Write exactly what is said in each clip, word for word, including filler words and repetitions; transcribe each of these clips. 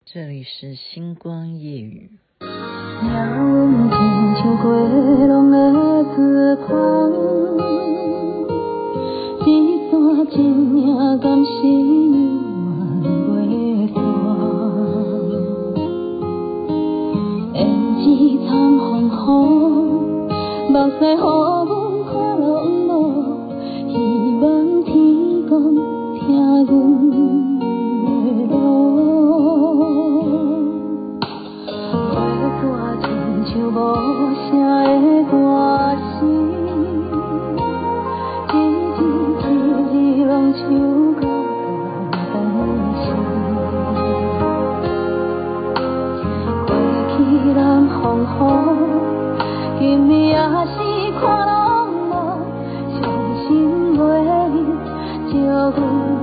这里是星光夜雨。 命运亲像过浪的滋狂，一山一命甘是冤袂断，胭脂惨风雨，目屎予阮看落落，希望天公听阮的路。像无声的歌声，一字一字拢唱到断肠时。过去南风雨，今日也是看拢无，伤心袂面照阮。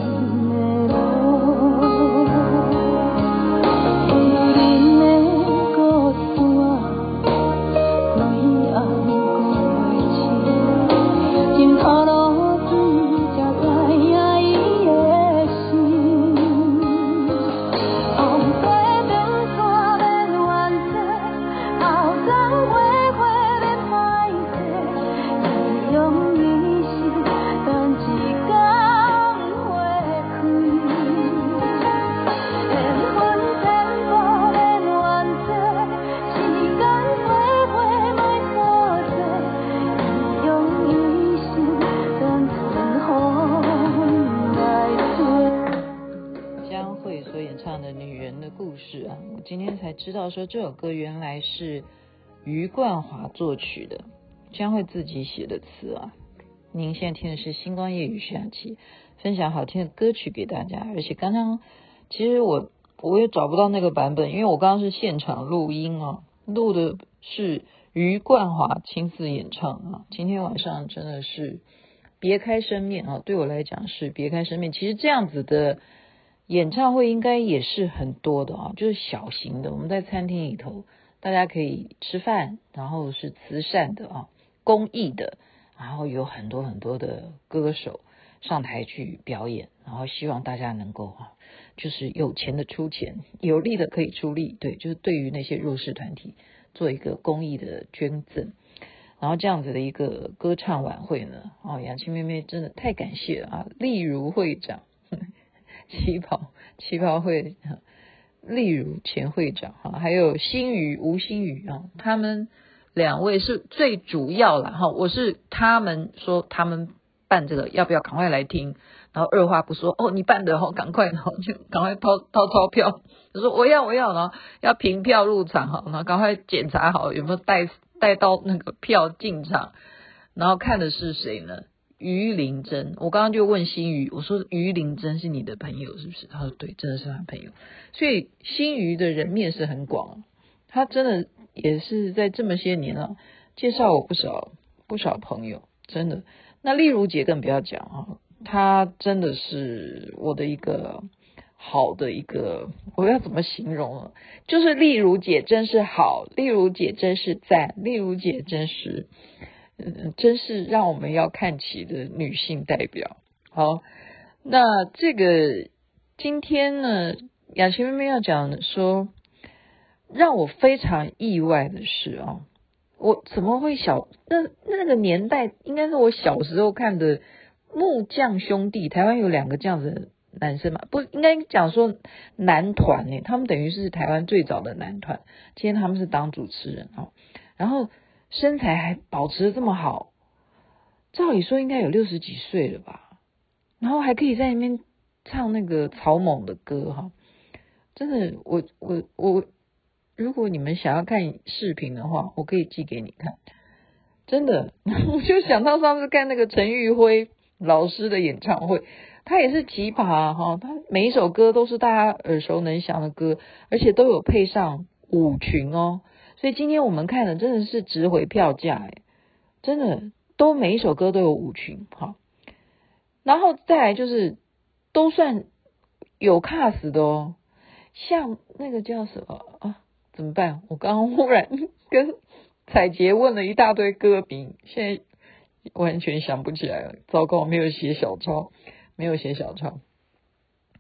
今天才知道说这首歌原来是余冠华作曲的，江蕙自己写的词啊。您现在听的是星光夜雨徐雅琪分享好听的歌曲给大家，而且刚刚其实我我也找不到那个版本，因为我刚刚是现场录音啊，录的是余冠华亲自演唱啊。今天晚上真的是别开生面啊，对我来讲是别开生面。其实这样子的演唱会应该也是很多的啊，就是小型的，我们在餐厅里头大家可以吃饭，然后是慈善的啊，公益的，然后有很多很多的歌手上台去表演，然后希望大家能够啊，就是有钱的出钱，有力的可以出力，对，就是对于那些弱势团体做一个公益的捐赠。然后这样子的一个歌唱晚会呢，哦，雅琪妹妹真的太感谢了啊，例如会长旗袍旗袍会，例如前会长哈，还有新宇吴新宇啊，他们两位是最主要啦哈。我是他们说他们办这个要不要赶快来听，然后二话不说哦，你办的哦，赶快，然后就赶快掏掏钞票，就说我要我要，然后要凭票入场哈，然后赶快检查好有没有带带到那个票进场，然后看的是谁呢？于玲珍，我刚刚就问新宇，我说于玲珍是你的朋友是不是？他说对，真的是他朋友。所以新宇的人面是很广，他真的也是在这么些年了，介绍我不少不少朋友，真的。那丽如姐更不要讲啊，她真的是我的一个好的一个，我要怎么形容呢？就是丽如姐真是好，丽如姐真是赞，丽如姐真是。嗯，真是让我们要看齐的女性代表。好，那这个今天呢，雅琪妹妹要讲说，让我非常意外的是啊，我怎么会小那那个年代，应该是我小时候看的木匠兄弟，台湾有两个这样子的男生嘛，不应该讲说男团呢，他们等于是台湾最早的男团，今天他们是当主持人啊，然后身材还保持得这么好，照理说应该有六十几岁了吧，然后还可以在那边唱那个草蜢的歌哈，真的，我我我，如果你们想要看视频的话，我可以寄给你看，真的，我就想到上次看那个陈玉辉老师的演唱会，他也是奇葩哈，他每一首歌都是大家耳熟能详的歌，而且都有配上舞群哦。所以今天我们看的真的是值回票价哎，真的都每一首歌都有舞群哈，然后再来就是都算有 cast 的哦，像那个叫什么啊？怎么办？我刚刚忽然跟彩杰问了一大堆歌名，现在完全想不起来了，糟糕，没有写小抄，没有写小抄。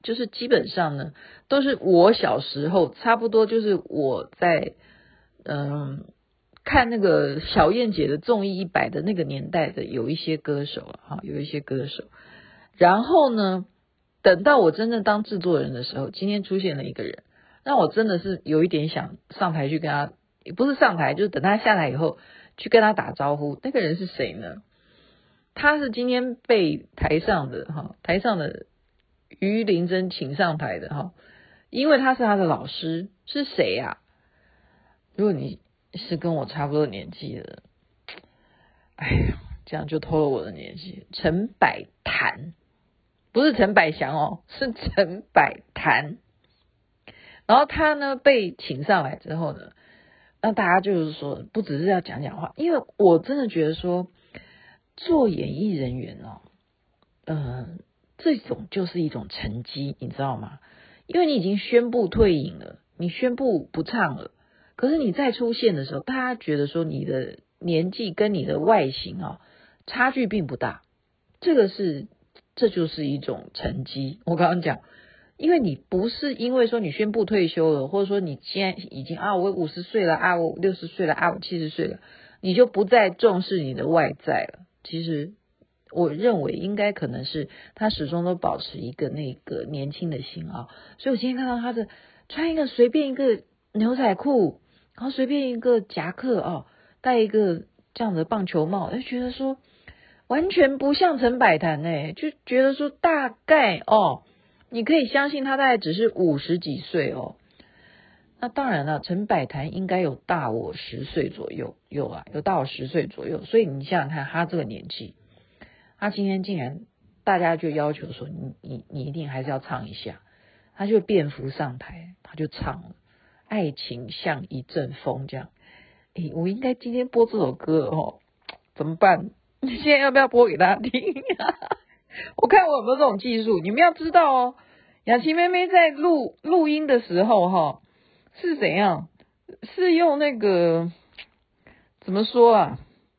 就是基本上呢都是我小时候差不多就是我在嗯看那个小燕姐的综艺一百的那个年代的有一些歌手了哈，有一些歌手。然后呢，等到我真正当制作人的时候，今天出现了一个人，让我真的是有一点想上台去跟他，不是上台，就是等他下来以后去跟他打招呼。那个人是谁呢？他是今天被台上的哈台上的于玲珍请上台的哈，因为他是他的老师。是谁呀、啊？如果你是跟我差不多年纪的，哎呀，这样就透露我的年纪。陈百潭，不是陈百祥哦，是陈百潭。然后他呢被请上来之后呢，那大家就是说，不只是要讲讲话，因为我真的觉得说，做演艺人员哦，呃，这种就是一种成绩，你知道吗？因为你已经宣布退隐了，你宣布不唱了，可是你再出现的时候，大家觉得说你的年纪跟你的外形啊、哦、差距并不大，这个是这就是一种成绩。我刚刚讲，因为你不是因为说你宣布退休了，或者说你现在已经啊我五十岁了啊我六十岁了啊我七十岁了，你就不再重视你的外在了。其实我认为应该可能是他始终都保持一个那个年轻的心啊，所以我今天看到他的穿一个随便一个牛仔裤，然后随便一个夹克哦，戴一个这样的棒球帽，就觉得说完全不像陈百潭哎，就觉得说大概哦，你可以相信他大概只是五十几岁哦。那当然了，陈百潭应该有大我十岁左右，有啊，有大我十岁左右。所以你想想看，他这个年纪，他今天竟然大家就要求说，你你你一定还是要唱一下，他就便服上台，他就唱了《爱情像一阵风》这样。诶，我应该今天播这首歌哦，怎么办？你现在要不要播给大家听？我看我有没有这种技术。你们要知道哦，雅琪妹妹在录录音的时候哈、哦，是怎样？是用那个怎么说啊？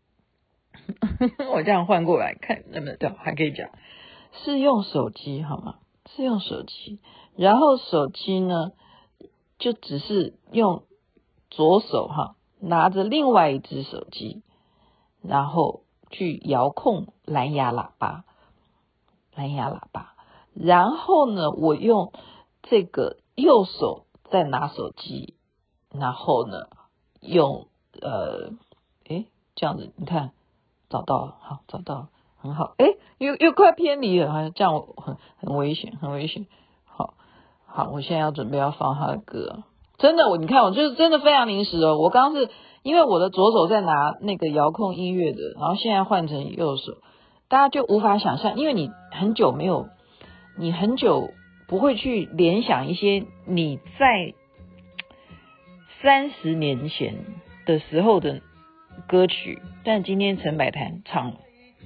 我这样换过来看，那么对，还可以讲，是用手机好吗？是用手机，然后手机呢，就只是用左手哈，拿着另外一只手机，然后去遥控蓝牙喇叭，蓝牙喇叭，然后呢，我用这个右手再拿手机，然后呢，用呃，诶，这样子，你看。找到了，好，找到了，很好。诶，又又快偏离了，好像这样我很很危险，很危险。好，好，我现在要准备要放他的歌，真的，我你看，我就是真的非常临时哦。我刚刚是因为我的左手在拿那个遥控音乐的，然后现在换成右手，大家就无法想象，因为你很久没有，你很久不会去联想一些你在三十年前的时候的歌曲，但今天陈百潭唱了。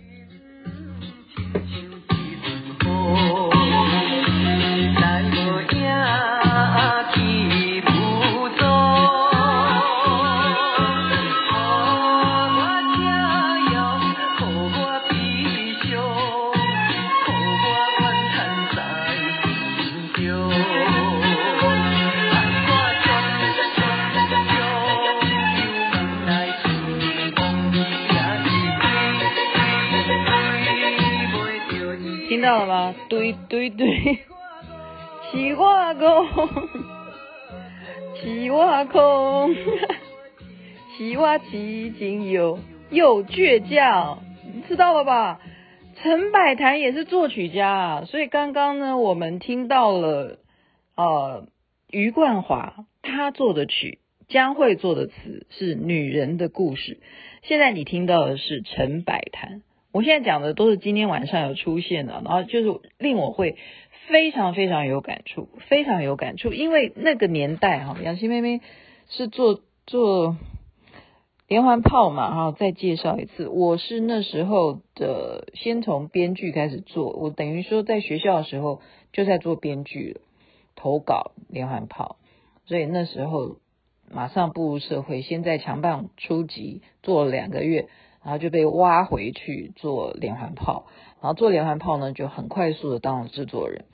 听到了吗？对对对，是我讲，是我空，是我痴情又又倔强，你知道了吧？陈百潭也是作曲家啊，所以刚刚呢，我们听到了呃余冠华他做的曲，江蕙做的词是《女人的故事》，现在你听到的是陈百潭。我现在讲的都是今天晚上有出现的，然后就是令我会非常非常有感触，非常有感触，因为那个年代哈，雅琪妹妹是做做连环炮嘛哈，再介绍一次，我是那时候的先从编剧开始做，我等于说在学校的时候就在做编剧了，投稿连环炮，所以那时候马上步入社会，先在强棒初级做了两个月。然后就被挖回去做连环炮，然后做连环炮呢就很快速的当了制作人，然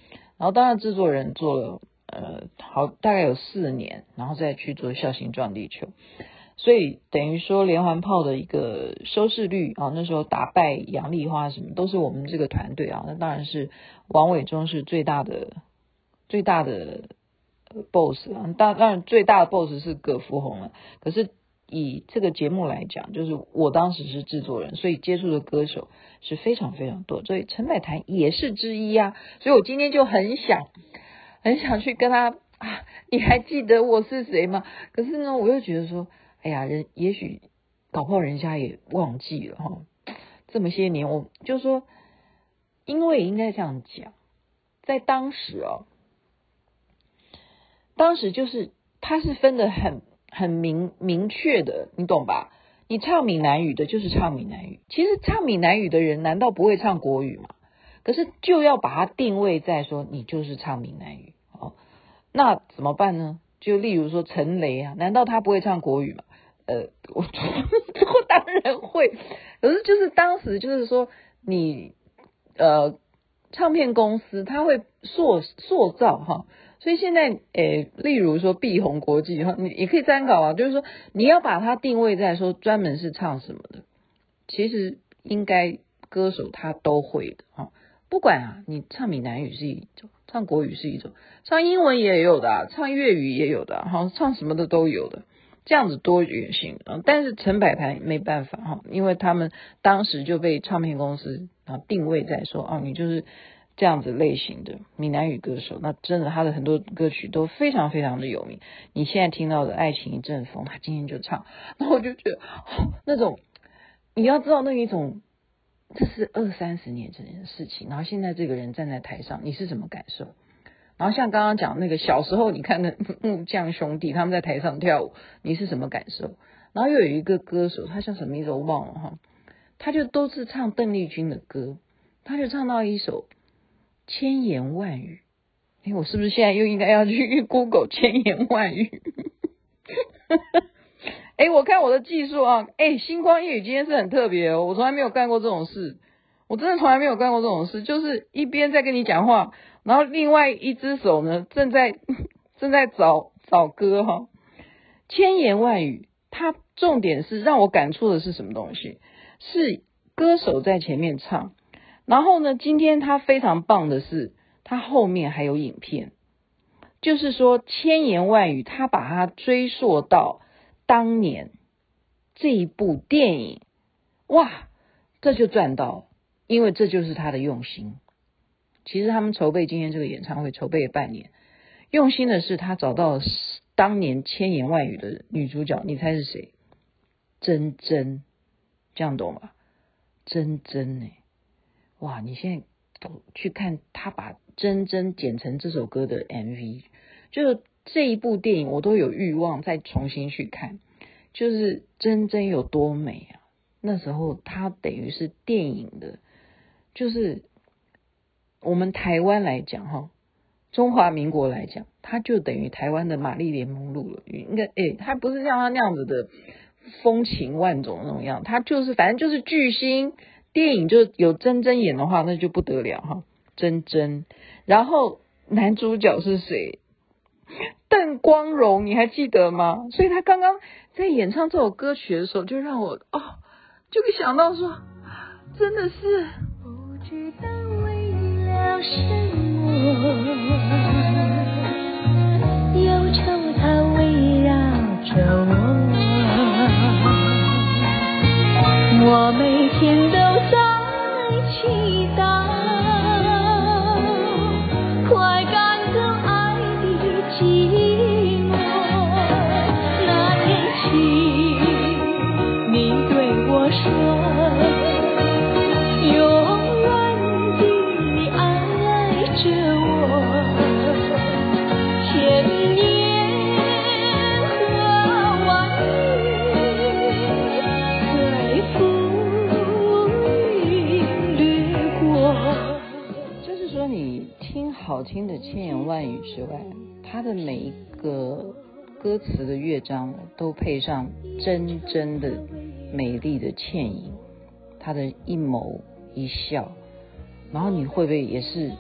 然后当然制作人做了呃好大概有四年，然后再去做孝心撞地球，所以等于说连环炮的一个收视率啊，那时候打败杨丽花什么都是我们这个团队啊，那当然是王伟忠是最大的最大的 boss 啊，当当然最大的 boss 是葛福洪了，可是以这个节目来讲，就是我当时是制作人，所以接触的歌手是非常非常多，所以陈百潭也是之一啊。所以我今天就很想很想去跟他啊，你还记得我是谁吗？可是呢，我又觉得说，哎呀，人也许搞不好人家也忘记了哈。这么些年，我就说，因为应该这样讲，在当时哦，当时就是他是分得很。很明明确的，你懂吧？你唱闽南语的就是唱闽南语，其实唱闽南语的人难道不会唱国语吗？可是就要把它定位在说你就是唱闽南语哦，那怎么办呢？就例如说陈雷啊，难道他不会唱国语吗？呃，我我当然会，可是就是当时就是说你呃唱片公司他会塑塑造哈。所以现在，诶，例如说碧宏国际哈，你也可以参考啊。就是说，你要把它定位在说专门是唱什么的，其实应该歌手他都会的哈。不管啊，你唱闽南语是一种，唱国语是一种，唱英文也有的啊，唱粤语也有的哈，唱什么的都有的，这样子多元性啊。但是陈百潭没办法哈，因为他们当时就被唱片公司啊定位在说，哦，你就是。这样子类型的闽南语歌手，那真的他的很多歌曲都非常非常的有名。你现在听到的《爱情一阵风》，他今天就唱，然后我就觉得、哦、那种你要知道那一种，这是二三十年这件事情，然后现在这个人站在台上，你是什么感受？然后像刚刚讲那个小时候你看的木匠兄弟他们在台上跳舞，你是什么感受？然后又有一个歌手，他叫什么名字我忘了哈，他就都是唱邓丽君的歌，他就唱到一首千言万语，哎，我是不是现在又应该要去 Google 千言万语？哎，我看我的技术啊，哎，星光夜语今天是很特别哦，我从来没有干过这种事，我真的从来没有干过这种事，就是一边在跟你讲话，然后另外一只手呢正在正在找找歌哈、哦。千言万语，它重点是让我感触的是什么东西？是歌手在前面唱。然后呢，今天他非常棒的是，他后面还有影片，就是说千言万语，他把它追溯到当年这一部电影，哇，这就赚到，因为这就是他的用心。其实他们筹备今天这个演唱会筹备了半年，用心的是他找到了当年千言万语的女主角，你猜是谁？珍珍，这样懂吧？珍珍欸，哇！你现在去看他把真真剪成这首歌的 M V， 就是这一部电影我都有欲望再重新去看，就是真真有多美啊！那时候他等于是电影的，就是我们台湾来讲哈，中华民国来讲，他就等于台湾的玛丽莲梦露了。应该诶，他不是像他那样子的风情万种那种样，他就是反正就是巨星。电影就有真真演的话，那就不得了哈，真真。然后男主角是谁？邓光荣，你还记得吗？所以他刚刚在演唱这首歌曲的时候，就让我哦，就想到说，真的是不知道为了什么，忧愁它围绕着我。我每天都在祈祷，快赶走爱的寂寞。那天起，你对我说，永远的你爱着我，千言和万语在风。 就是说你听好听的千言万语之外，它的每一个歌词的乐章都配上真真的美丽的倩影，她的一眸一笑，然后你会不会也是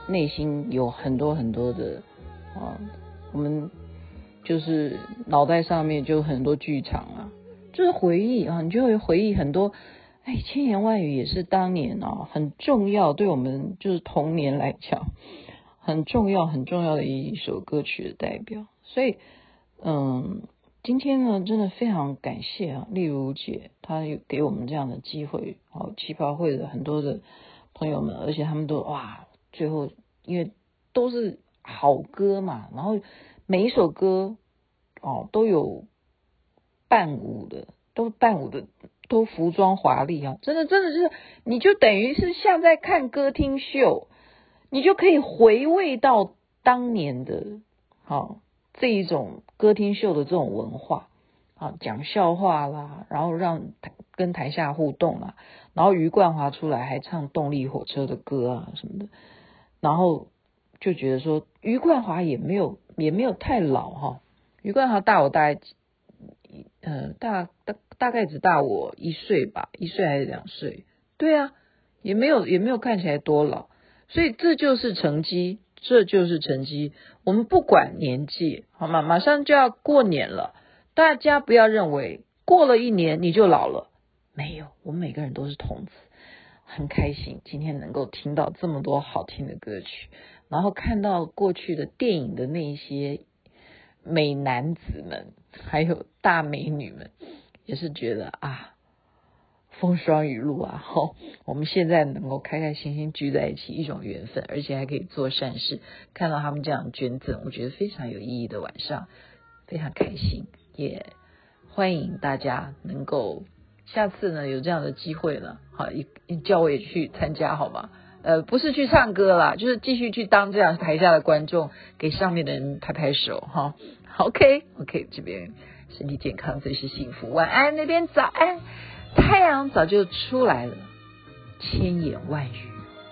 内心有很多很多的啊，我们就是脑袋上面就很多剧场啊，就是回忆啊，你就会回忆很多。哎，千言万语也是当年啊很重要，对我们就是童年来讲很重要很重要的一首歌曲的代表。所以嗯，今天呢真的非常感谢啊丽如姐，她有给我们这样的机会，哦，旗袍会的很多的朋友们，而且他们都哇，最后因为都是好歌嘛，然后每一首歌哦都有伴舞的，都伴舞的。都服装华丽啊，真的真的是，你就等于是像在看歌厅秀，你就可以回味到当年的，好、哦、这一种歌厅秀的这种文化啊，讲笑话啦，然后让跟台下互动啦，然后余冠华出来还唱动力火车的歌啊什么的，然后就觉得说余冠华也没有也没有太老哈、哦，余冠华大我大概呃大大大概只大我一岁吧，一岁还是两岁？对啊，也没有也没有看起来多老，所以这就是成绩，这就是成绩。我们不管年纪，好吗？马上就要过年了，大家不要认为过了一年你就老了，没有，我们每个人都是童子。很开心今天能够听到这么多好听的歌曲，然后看到过去的电影的那些美男子们，还有大美女们。也是觉得啊，风霜雨露啊，吼，我们现在能够开开心心聚在一起，一种缘分，而且还可以做善事，看到他们这样捐赠，我觉得非常有意义的晚上，非常开心，也欢迎大家能够下次呢有这样的机会了，好，叫我也去参加好吗？呃，不是去唱歌啦，就是继续去当这样台下的观众，给上面的人拍拍手哈。OK OK， 这边身体健康最是幸福，晚安那边早安，太阳早就出来了，千言万语。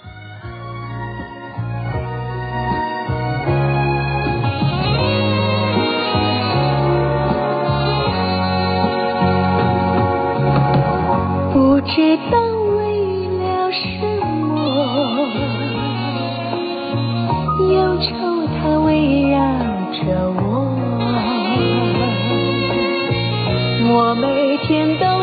不知道为了什么，忧愁它围绕着我，我每天都